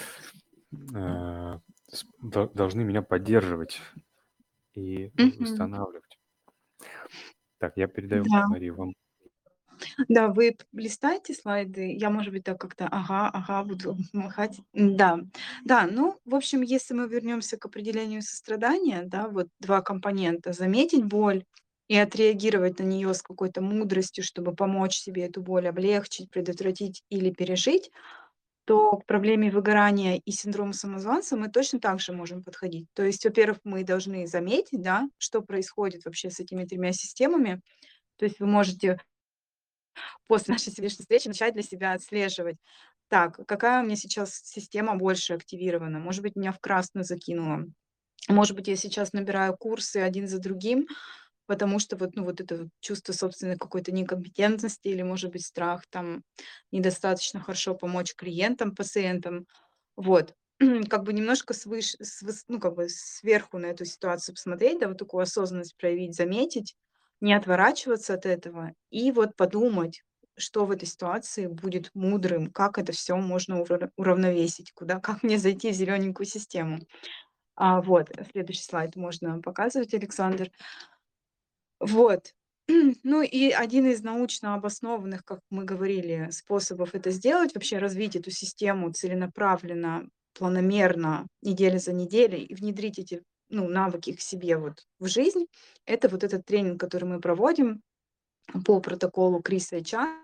должны меня поддерживать и Мгм. восстанавливать. Так, я передаю, Да. Марии, вам. Да, вы листаете слайды? Я, может быть, так как-то ага, ага, буду махать. Да. Да, ну, в общем, если мы вернемся к определению сострадания, да, вот 2 компонента: заметить боль и отреагировать на нее с какой-то мудростью, чтобы помочь себе эту боль облегчить, предотвратить или пережить, то к проблеме выгорания и синдрому самозванца мы точно так же можем подходить. То есть, во-первых, мы должны заметить, да, что происходит вообще с этими 3 системами. То есть вы можете после нашей сегодняшней встречи начать для себя отслеживать. Так, какая у меня сейчас система больше активирована? Может быть, меня в красную закинуло. Может быть, я сейчас набираю курсы один за другим, потому что вот, ну, вот это вот чувство собственной какой-то некомпетентности или, может быть, страх там недостаточно хорошо помочь клиентам, пациентам. Вот. Как бы немножко ну, как бы сверху на эту ситуацию посмотреть, да, вот такую осознанность проявить, заметить, не отворачиваться от этого и вот подумать, что в этой ситуации будет мудрым, как это все можно уравновесить, куда, как мне зайти в зелененькую систему. Вот, следующий слайд можно показывать, Александр. Вот. Ну и один из научно обоснованных, как мы говорили, способов это сделать, вообще развить эту систему целенаправленно, планомерно, неделя за неделей и внедрить эти, ну, навыки к себе вот в жизнь. Это вот этот тренинг, который мы проводим по протоколу Криса и Чарли.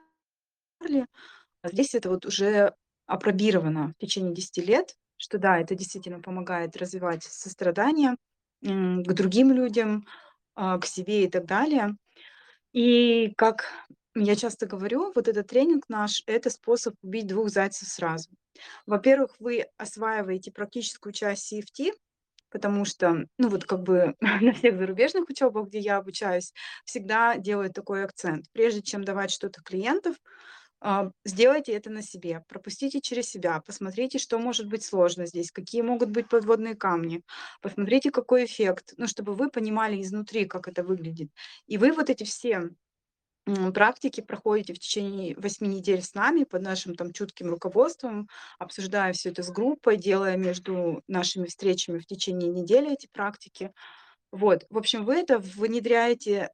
А здесь это вот уже апробировано в течение 10 лет, что да, это действительно помогает развивать сострадание, к другим людям, к себе и так далее. И как я часто говорю, вот этот тренинг наш — это способ убить двух зайцев сразу. Во-первых, вы осваиваете практическую часть CFT, потому что, ну, вот как бы на всех зарубежных учебах, где я обучаюсь, всегда делают такой акцент. Прежде чем давать что-то клиентов, сделайте это на себе, пропустите через себя, посмотрите, что может быть сложно здесь, какие могут быть подводные камни, посмотрите, какой эффект, ну, чтобы вы понимали изнутри, как это выглядит. И вы вот эти все практики проходите в течение 8 недель с нами под нашим там чутким руководством, обсуждая все это с группой, делая между нашими встречами в течение недели эти практики. Вот, в общем, вы это внедряете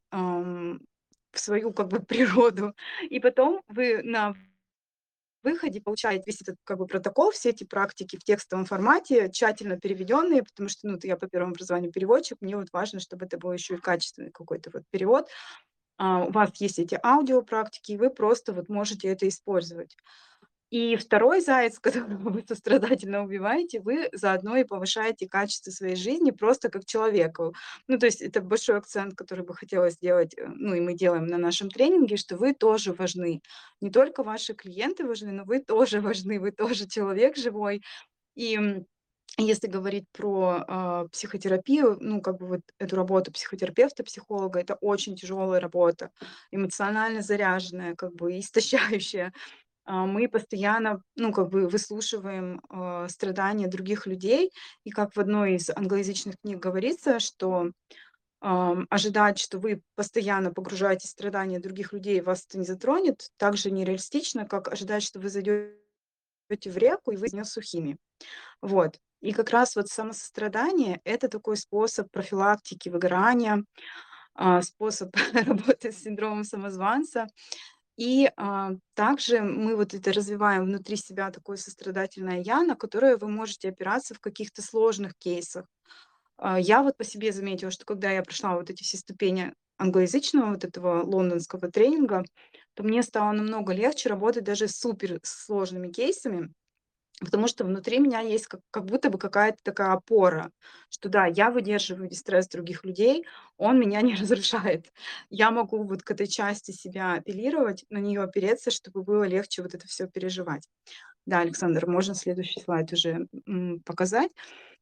в свою как бы природу, и потом вы на выходе получаете весь этот как бы протокол, все эти практики в текстовом формате, тщательно переведенные, потому что, ну, я по первому образованию переводчик, мне вот важно, чтобы это был еще и качественный какой-то вот перевод. У вас есть эти аудиопрактики, и вы просто вот можете это использовать. И второй заяц, которого вы сострадательно убиваете, вы заодно и повышаете качество своей жизни просто как человеку. Ну, то есть это большой акцент, который бы хотелось сделать, ну, и мы делаем на нашем тренинге, что вы тоже важны. Не только ваши клиенты важны, но вы тоже важны, вы тоже человек живой. И если говорить про психотерапию, ну, как бы вот эту работу психотерапевта, психолога, это очень тяжелая работа, эмоционально заряженная, как бы истощающая. Мы постоянно, ну, как бы выслушиваем страдания других людей, и как в одной из англоязычных книг говорится, что ожидать, что вы постоянно погружаетесь в страдания других людей, вас это не затронет, так же нереалистично, как ожидать, что вы зайдете в реку, и вы из неё сухими. Вот. И как раз вот самосострадание — это такой способ профилактики выгорания, способ работы с синдромом самозванца. И, также мы вот это развиваем внутри себя такое сострадательное «я», на которое вы можете опираться в каких-то сложных кейсах. Я вот по себе заметила, что когда я прошла вот эти все ступени англоязычного вот этого лондонского тренинга, то мне стало намного легче работать даже с суперсложными кейсами. Потому что внутри меня есть как будто бы какая-то такая опора, что да, я выдерживаю стресс других людей, он меня не разрушает. Я могу вот к этой части себя апеллировать, на нее опереться, чтобы было легче вот это все переживать. Да, Александр, можно следующий слайд уже показать.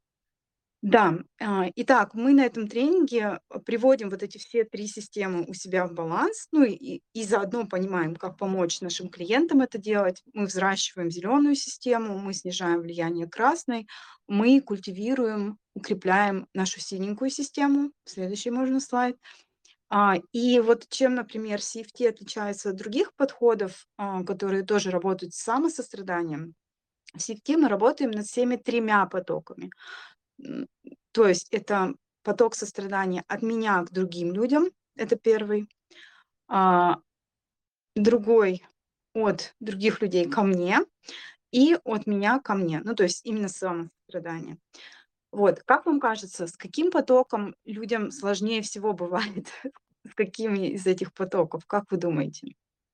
Да, итак, мы на этом тренинге приводим вот эти все 3 системы у себя в баланс, ну и заодно понимаем, как помочь нашим клиентам это делать. Мы взращиваем зеленую систему, мы снижаем влияние красной, мы культивируем, укрепляем нашу синенькую систему. Следующий можно слайд. И вот чем, например, CFT отличается от других подходов, которые тоже работают с самосостраданием. В CFT мы работаем над всеми 3 потоками. М, То есть это поток сострадания от меня к другим людям, это первый, а, другой от других людей ко мне и от меня ко мне. Ну, то есть именно самосострадание. Вот, как вам кажется, с каким потоком людям сложнее всего бывает? С какими из этих потоков, как вы думаете?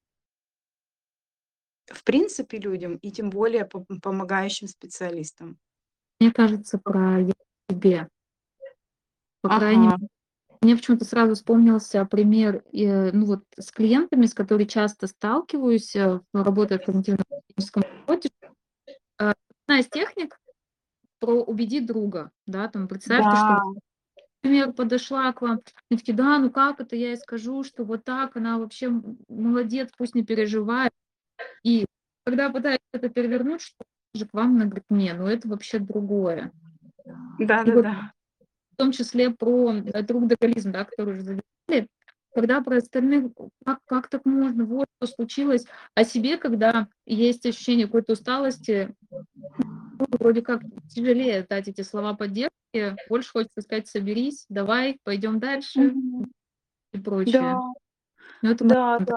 В принципе, людям и тем более помогающим специалистам. Мне кажется, про «я себе». По крайней Ага, мере, мне почему-то сразу вспомнился пример, ну, вот с клиентами, с которыми часто сталкиваюсь, работая в когнитивно-поведенческом подходе. Одна из техник про «убедить друга». Да, там представьте, что, да, например, подошла к вам и такие: «Да, ну как это я ей скажу, что вот так, она вообще молодец, пусть не переживает». И когда пытаюсь это перевернуть, что же к вам, она говорит: «Не, ну это вообще другое». И вот да-да-да. в том числе про трудоголизм, да, который уже задели, когда про остальных, как так можно, вот что случилось, о себе, когда есть ощущение какой-то усталости, ну, вроде как тяжелее дать эти слова поддержки, больше хочется сказать: «Соберись, давай, пойдем дальше» Мгм. и Да. прочее. Но это Да, да.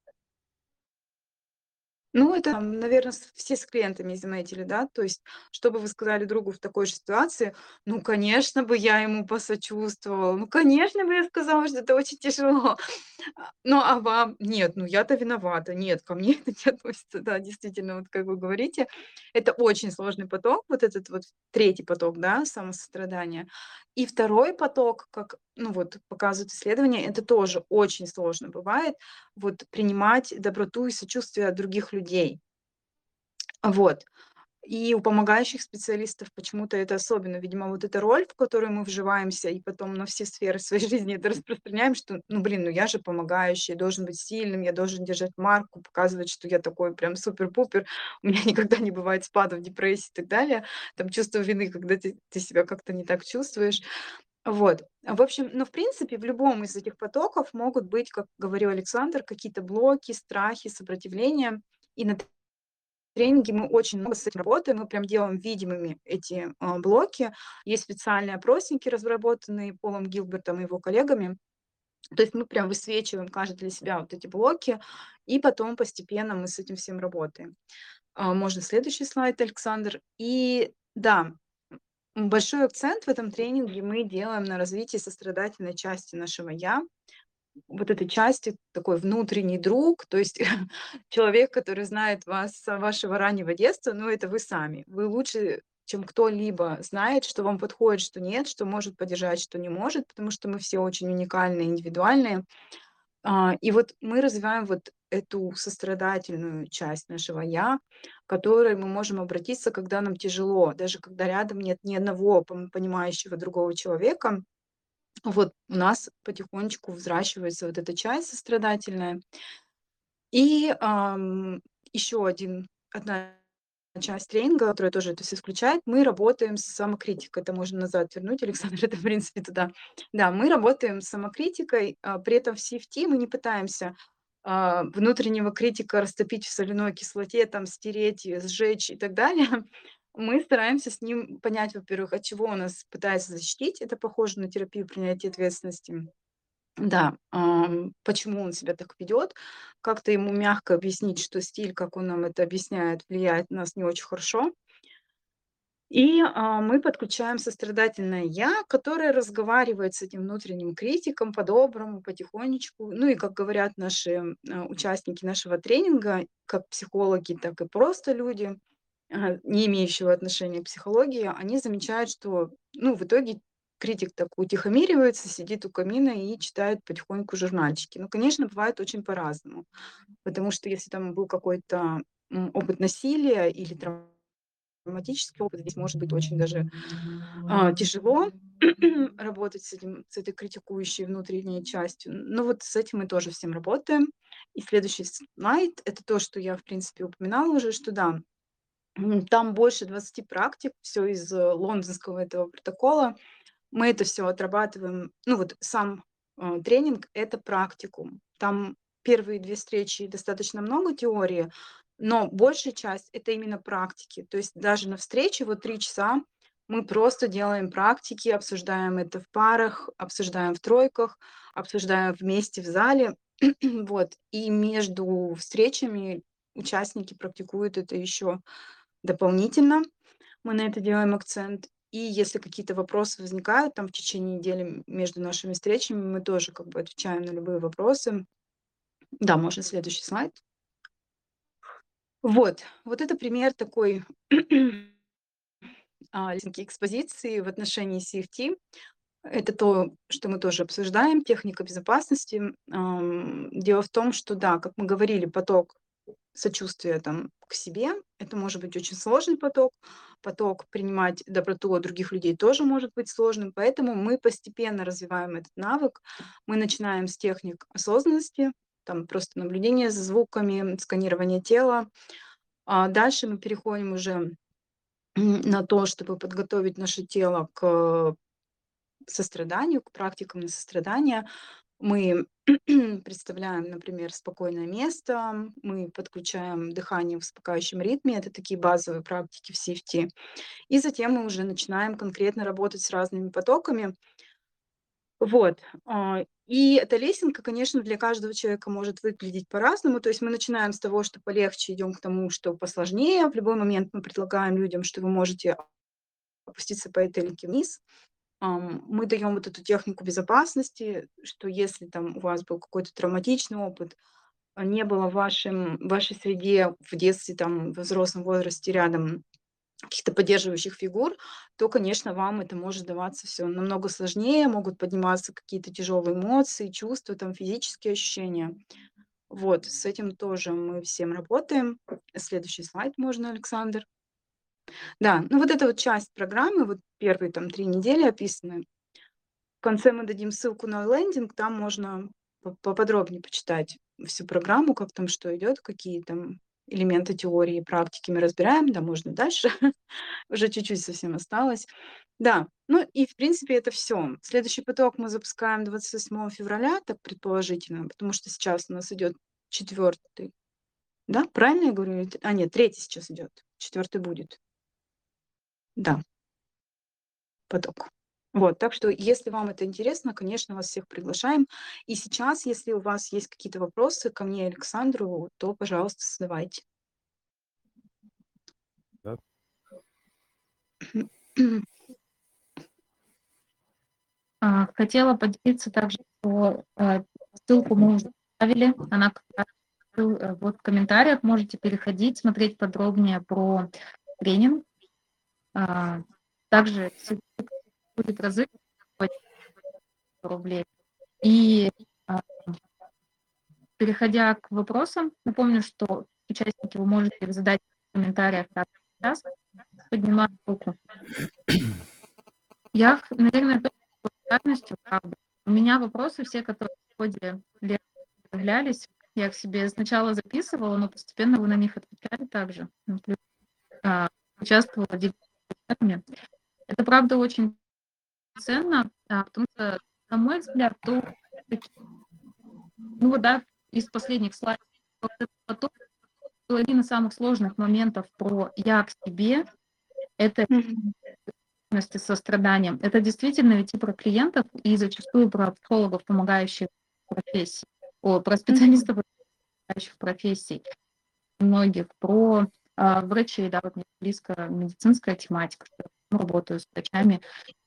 Ну, это, наверное, все с клиентами заметили, да? То есть, что бы вы сказали другу в такой же ситуации? Ну, конечно бы я ему посочувствовала, ну, конечно бы я сказала, что это очень тяжело. Ну, а вам? Нет, ну я-то виновата. Нет, ко мне это не относится. Да, действительно, вот как вы говорите, это очень сложный поток, вот этот вот третий поток, да, самосострадания. И второй поток, как, ну вот показывают исследования, это тоже очень сложно бывает, вот принимать доброту и сочувствие от других людей. Вот. И у помогающих специалистов почему-то это особенно. Видимо, вот эта роль, в которую мы вживаемся, и потом на все сферы своей жизни это распространяем, что, ну, блин, ну я же помогающий, я должен быть сильным, я должен держать марку, показывать, что я такой прям супер-пупер, у меня никогда не бывает спадов, депрессии и так далее, там чувство вины, когда ты себя как-то не так чувствуешь. Вот. В общем, ну, в принципе, в любом из этих потоков могут быть, как говорил Александр, какие-то блоки, страхи, сопротивления. И на тренинге мы очень много с этим работаем, мы прям делаем видимыми эти блоки. Есть специальные опросники, разработанные Полом Гилбертом и его коллегами. То есть мы прям высвечиваем каждый для себя вот эти блоки, и потом постепенно мы с этим всем работаем. Можно следующий слайд, Александр. И да, большой акцент в этом тренинге мы делаем на развитии сострадательной части нашего «я», вот этой части, такой внутренний друг, то есть человек, который знает вас с вашего раннего детства, ну, это вы сами. Вы лучше, чем кто-либо, знает, что вам подходит, что нет, что может поддержать, что не может, потому что мы все очень уникальные, индивидуальные. И вот мы развиваем вот эту сострадательную часть нашего «я», к которой мы можем обратиться, когда нам тяжело, даже когда рядом нет ни одного понимающего другого человека. Вот у нас потихонечку взращивается вот эта часть сострадательная. И, еще одна часть тренинга, которая тоже это все включает, мы работаем с самокритикой. Это можно назад вернуть, Александр, это, в принципе, туда. Да, мы работаем с самокритикой, при этом в CFT мы не пытаемся, внутреннего критика растопить в соляной кислоте, там, стереть, сжечь и так далее. Мы стараемся с ним понять, во-первых, от чего он нас пытается защитить. Это похоже на терапию принятия ответственности. Да, почему он себя так ведет, как-то ему мягко объяснить, что стиль, как он нам это объясняет, влияет на нас не очень хорошо. И, мы подключаем сострадательное «я», которое разговаривает с этим внутренним критиком по-доброму, потихонечку. Ну и, как говорят наши, участники нашего тренинга, как психологи, так и просто люди, не имеющего отношения к психологии, они замечают, что, ну, в итоге критик так утихомиривается, сидит у камина и читает потихоньку журнальчики. Ну, конечно, бывает очень по-разному, потому что если там был какой-то, опыт насилия или травматический опыт, здесь может быть очень даже, тяжело работать с этой критикующей внутренней частью. Но вот с этим мы тоже всем работаем. И следующий слайд — это то, что я, в принципе, упоминала уже, что да, там больше 20 практик, все из, лондонского этого протокола. Мы это все отрабатываем. Ну, вот сам, тренинг — это практикум. Там первые 2 встречи достаточно много теории, но большая часть — это именно практики. То есть даже на встрече вот 3 часа мы просто делаем практики, обсуждаем это в парах, обсуждаем в тройках, обсуждаем вместе в зале. Вот. И между встречами участники практикуют это еще дополнительно. Мы на это делаем акцент. И если какие-то вопросы возникают там в течение недели между нашими встречами, мы тоже как бы отвечаем на любые вопросы. Да, можно следующий слайд. Вот это пример такой экспозиции в отношении CFT. Это то, что мы тоже обсуждаем, техника безопасности. Дело в том, что да, как мы говорили, поток сочувствия там к себе — это может быть очень сложный поток. Поток принимать доброту от других людей тоже может быть сложным, поэтому мы постепенно развиваем этот навык. Мы начинаем с техник осознанности, там просто наблюдение за звуками, сканирование тела. Дальше мы переходим уже, на то, чтобы подготовить наше тело к состраданию, к практикам на сострадание. Мы представляем, например, спокойное место, мы подключаем дыхание в успокаивающем ритме. Это такие базовые практики в CFT. И затем мы уже начинаем конкретно работать с разными потоками. Вот. И эта лесенка, конечно, для каждого человека может выглядеть по-разному. То есть мы начинаем с того, что полегче, идем к тому, что посложнее. В любой момент мы предлагаем людям, что вы можете опуститься по этой линке вниз. Мы даем вот эту технику безопасности, что если там у вас был какой-то травматичный опыт, не было в вашей среде в детстве, там, в взрослом возрасте рядом каких-то поддерживающих фигур, то, конечно, вам это может даваться все намного сложнее, могут подниматься какие-то тяжелые эмоции, чувства, там, физические ощущения. Вот, с этим тоже мы всем работаем. Следующий слайд можно, Александр. Да, ну вот эта вот часть программы, вот первые там 3 недели описаны. В конце мы дадим ссылку на лендинг, там можно поподробнее почитать всю программу, как там что идет, какие там элементы теории и практики мы разбираем, да, можно дальше, уже чуть-чуть совсем осталось. Да, ну и в принципе это все. Следующий поток мы запускаем 28 февраля, так предположительно, потому что сейчас у нас идет 4-й. Да, правильно я говорю? Нет, 3-й сейчас идет, 4-й будет. Да, поток. Вот, так что, если вам это интересно, конечно, вас всех приглашаем. И сейчас, если у вас есть какие-то вопросы ко мне и Александру, то, пожалуйста, задавайте. Да. Хотела поделиться также, что ссылку мы уже оставили. Она как раз вот в комментариях. Можете переходить, смотреть подробнее про тренинг. Также будет разыгрывать рублей. И переходя к вопросам, напомню, что участники вы можете их задать в комментариях так сейчас. Поднимаю руку. Я, наверное, тоже с благодарностью, правда. У меня вопросы все, которые в ходе лекции появлялись, я их себе сначала записывала, но постепенно вы на них отвечали также. Участвовала в дискуссии. Это, правда, очень ценно, потому что, на мой взгляд, ну вот, да, из последних слайдов, вот этот поток был один из самых сложных моментов про «я к себе», это состраданием. Это действительно ведь и про клиентов, и зачастую про психологов, помогающих профессии, про специалистов, помогающих профессий, многих, про врачей, да, вот мне близко медицинская тематика, что я работаю с врачами.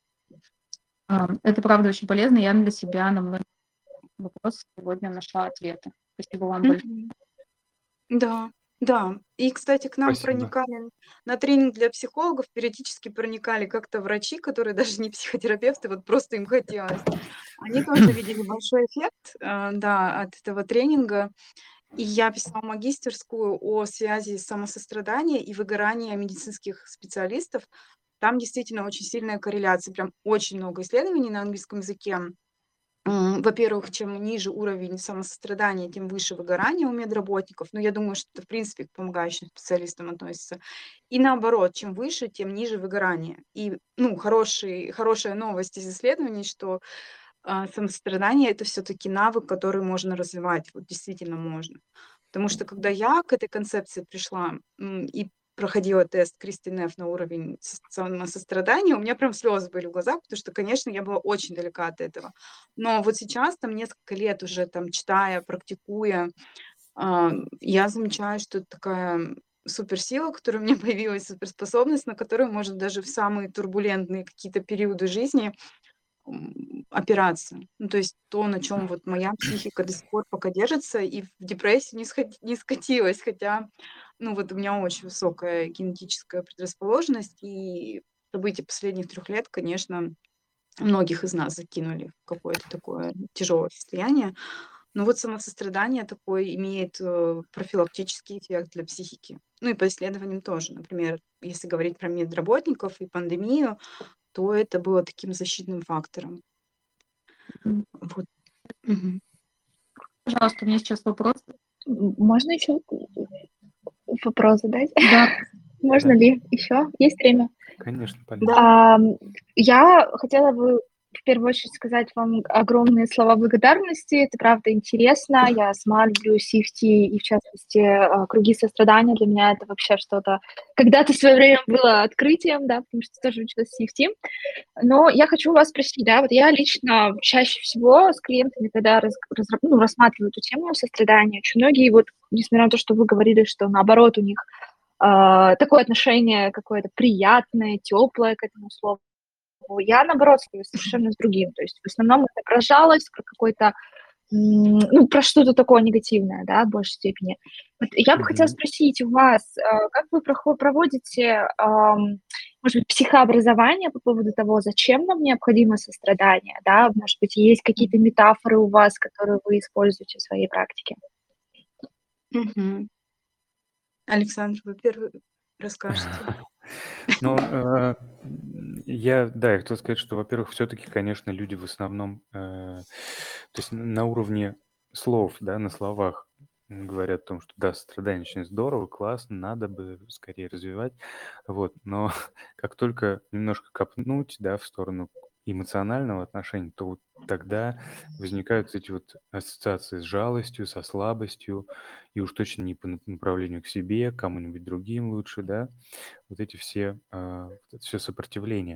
Это, правда, очень полезно. Я для себя на многие вопросы сегодня нашла ответы. Спасибо вам большое. Да, да. И, кстати, к нам Спасибо. проникали на тренинг для психологов, периодически проникали как-то врачи, которые даже не психотерапевты, вот просто им хотелось. Они тоже видели большой эффект, да, от этого тренинга. И я писала магистерскую о связи самосострадания и выгорания медицинских специалистов. Там действительно очень сильная корреляция, прям очень много исследований на английском языке. Во-первых, чем ниже уровень самосострадания, тем выше выгорание у медработников. Но я думаю, что это, в принципе, к помогающим специалистам относится. И наоборот, чем выше, тем ниже выгорание. И, ну, хорошая новость из исследований, что самосострадание — это все-таки навык, который можно развивать. Вот действительно можно. Потому что когда я к этой концепции пришла и проходила тест Кристи Нефф на уровень самосострадания, у меня прям слезы были в глазах, потому что, конечно, я была очень далека от этого. Но вот сейчас, там, несколько лет уже, там, читая, практикуя, я замечаю, что это такая суперсила, которая у меня появилась, суперспособность, на которую можно даже в самые турбулентные какие-то периоды жизни опираться. Ну, то есть то, на чем вот моя психика до сих пор пока держится, и в депрессию не скатилась, хотя, ну, вот у меня очень высокая генетическая предрасположенность, и события последних 3 лет, конечно, многих из нас закинули в какое-то такое тяжелое состояние. Но вот самосострадание такое имеет профилактический эффект для психики. Ну и по исследованиям тоже. Например, если говорить про медработников и пандемию, то это было таким защитным фактором. Вот. Мгм. Пожалуйста, у меня сейчас вопрос. Можно еще вопрос задать? Да, Можно Да. ли еще? Есть время? Конечно, Полина. Да. Я хотела бы в первую очередь сказать вам огромные слова благодарности. Это правда интересно. Я осматриваю CFT и, в частности, круги сострадания. Для меня это вообще что-то когда-то в свое время было открытием, да, потому что тоже училась CFT. Но я хочу вас спросить, да, вот я лично чаще всего с клиентами, когда рассматриваю эту тему сострадания, очень многие, вот, несмотря на то, что вы говорили, что наоборот у них такое отношение какое-то приятное, теплое к этому слову, я, наоборот, стою совершенно с другим. То есть в основном это про жалость, про какой-то, ну, про что-то такое негативное, да, в большей степени. Вот я бы хотела Мгм. спросить у вас, как вы проводите, может быть, психообразование по поводу того, зачем нам необходимо сострадание, да? Может быть, есть какие-то метафоры у вас, которые вы используете в своей практике? Мгм. Александр, вы первый расскажете. Ну, я хотел сказать, что, во-первых, все-таки, конечно, люди в основном, то есть на уровне слов, да, на словах говорят о том, что да, сострадание очень здорово, классно, надо бы скорее развивать, вот, но как только немножко копнуть, да, в сторону эмоционального отношения, то вот тогда возникают эти вот ассоциации с жалостью, со слабостью, и уж точно не по направлению к себе, к кому-нибудь другим лучше, да, вот эти все, вот это все сопротивление.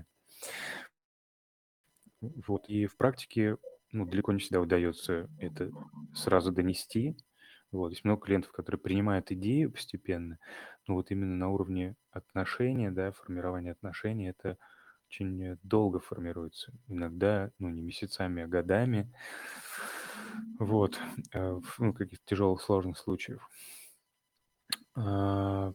Вот, и в практике, ну, далеко не всегда удается это сразу донести. Вот, есть много клиентов, которые принимают идею постепенно, но вот именно на уровне отношения, да, формирования отношений это очень долго формируется. Иногда, ну, не месяцами, а годами. Вот, в каких-то тяжелых, сложных случаях. А,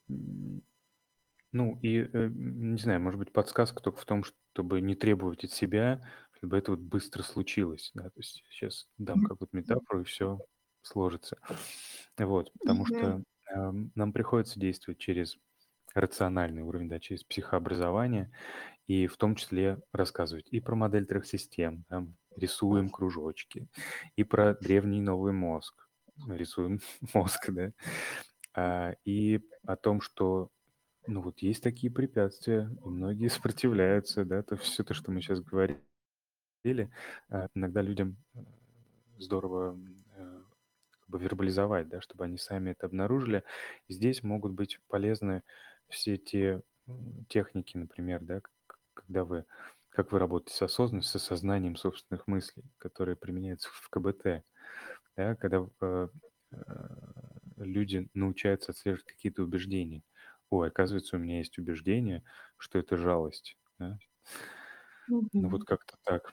Ну и, не знаю, может быть, подсказка только в том, чтобы не требовать от себя, чтобы это вот быстро случилось, да. То есть сейчас дам какую-то метафору, и все сложится. Вот, потому Мгм. что, нам приходится действовать через рациональный уровень, да, через психообразование, и в том числе рассказывать и про модель трех систем, там, рисуем кружочки, и про древний новый мозг, рисуем мозг, да, и о том, что ну вот есть такие препятствия, и многие сопротивляются, да, то все то, что мы сейчас говорили, иногда людям здорово как бы вербализовать, да, чтобы они сами это обнаружили. Здесь могут быть полезны все те техники, например, да, когда как вы работаете с осознанностью, с осознанием собственных мыслей, которые применяются в КБТ, да, когда люди научаются отслеживать какие-то убеждения. Ой, оказывается, у меня есть убеждение, что это жалость. Да? Ну вот Мгм. как-то так.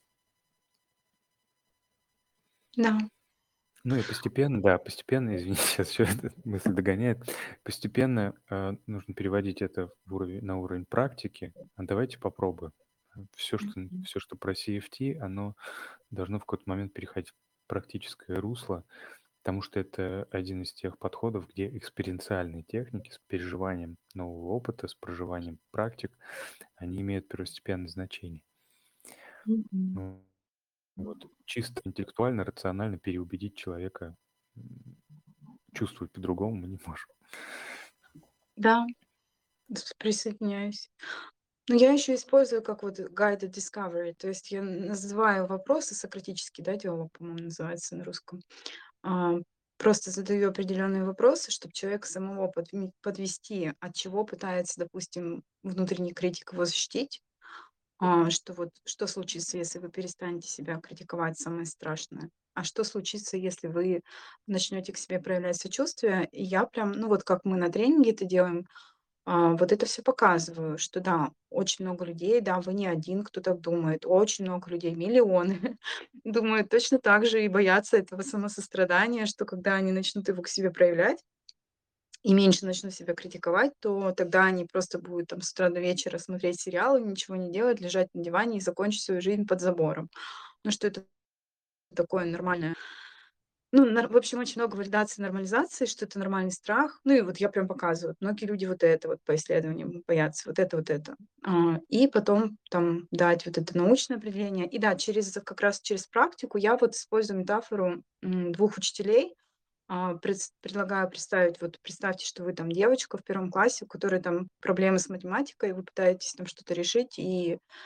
Да. Ну и постепенно, да, постепенно, извините, сейчас еще эта мысль догоняет, постепенно нужно переводить это на уровень практики. А давайте попробуем. Все, что про CFT, оно должно в какой-то момент переходить в практическое русло, потому что это один из тех подходов, где эксперенциальные техники с переживанием нового опыта, с проживанием практик, они имеют первостепенное значение. Мгм. Ну, вот. Чисто интеллектуально, рационально переубедить человека чувствовать по-другому мы не можем. Да, присоединяюсь. Но я еще использую как вот guided discovery, то есть я называю вопросы сократический, да, диалог, по-моему, называется на русском. А, Просто задаю определенные вопросы, чтобы человека самого подвести, от чего пытается, допустим, внутренний критик его защитить. Что вот что случится, если вы перестанете себя критиковать, самое страшное? А что случится, если вы начнете к себе проявлять сочувствие? И я прям, ну вот как мы на тренинге это делаем, вот это все показываю, что да, очень много людей, да, вы не один, кто так думает, очень много людей, миллионы думают точно так же и боятся этого самосострадания, что когда они начнут его к себе проявлять и меньше начнут себя критиковать, то тогда они просто будут там с утра до вечера смотреть сериалы, ничего не делать, лежать на диване и закончить свою жизнь под забором. Ну, что это такое нормальное. Ну, в общем, очень много валидации, нормализации, что это нормальный страх. Ну и вот я прям показываю. Многие люди вот это вот по исследованиям боятся, вот это, вот это. И потом там дать вот это научное определение. И да, как раз через практику я вот использую метафору двух учителей. Предлагаю представить, вот представьте, что вы там девочка в первом классе, у которой там проблемы с математикой, вы пытаетесь там что-то решить, и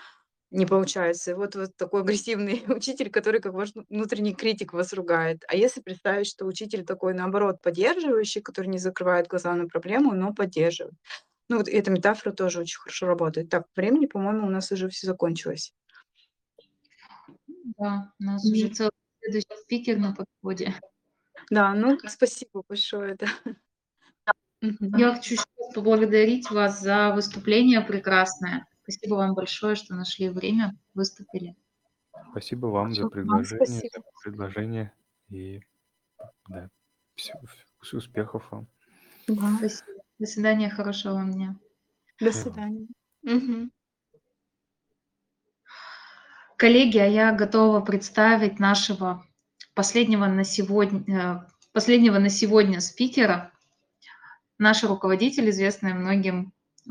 не получается. И вот такой агрессивный учитель, который как ваш внутренний критик вас ругает. А если представить, что учитель такой, наоборот, поддерживающий, который не закрывает глаза на проблему, но поддерживает. Ну, вот эта метафора тоже очень хорошо работает. Так, времени, по-моему, у нас уже все закончилось. Да, у нас уже Мгм. целый следующий спикер на подходе. Да, ну, спасибо большое, да. Мгм. Я хочу еще раз поблагодарить вас за выступление прекрасное. Спасибо вам большое, что нашли время, выступили. Спасибо вам за Вам спасибо. предложение и да, успехов вам. Да. Спасибо. До свидания, хорошего вам дня. До Да. свидания. Мгм. Коллеги, а я готова представить нашего последнего на сегодня спикера, наш руководитель, известная многим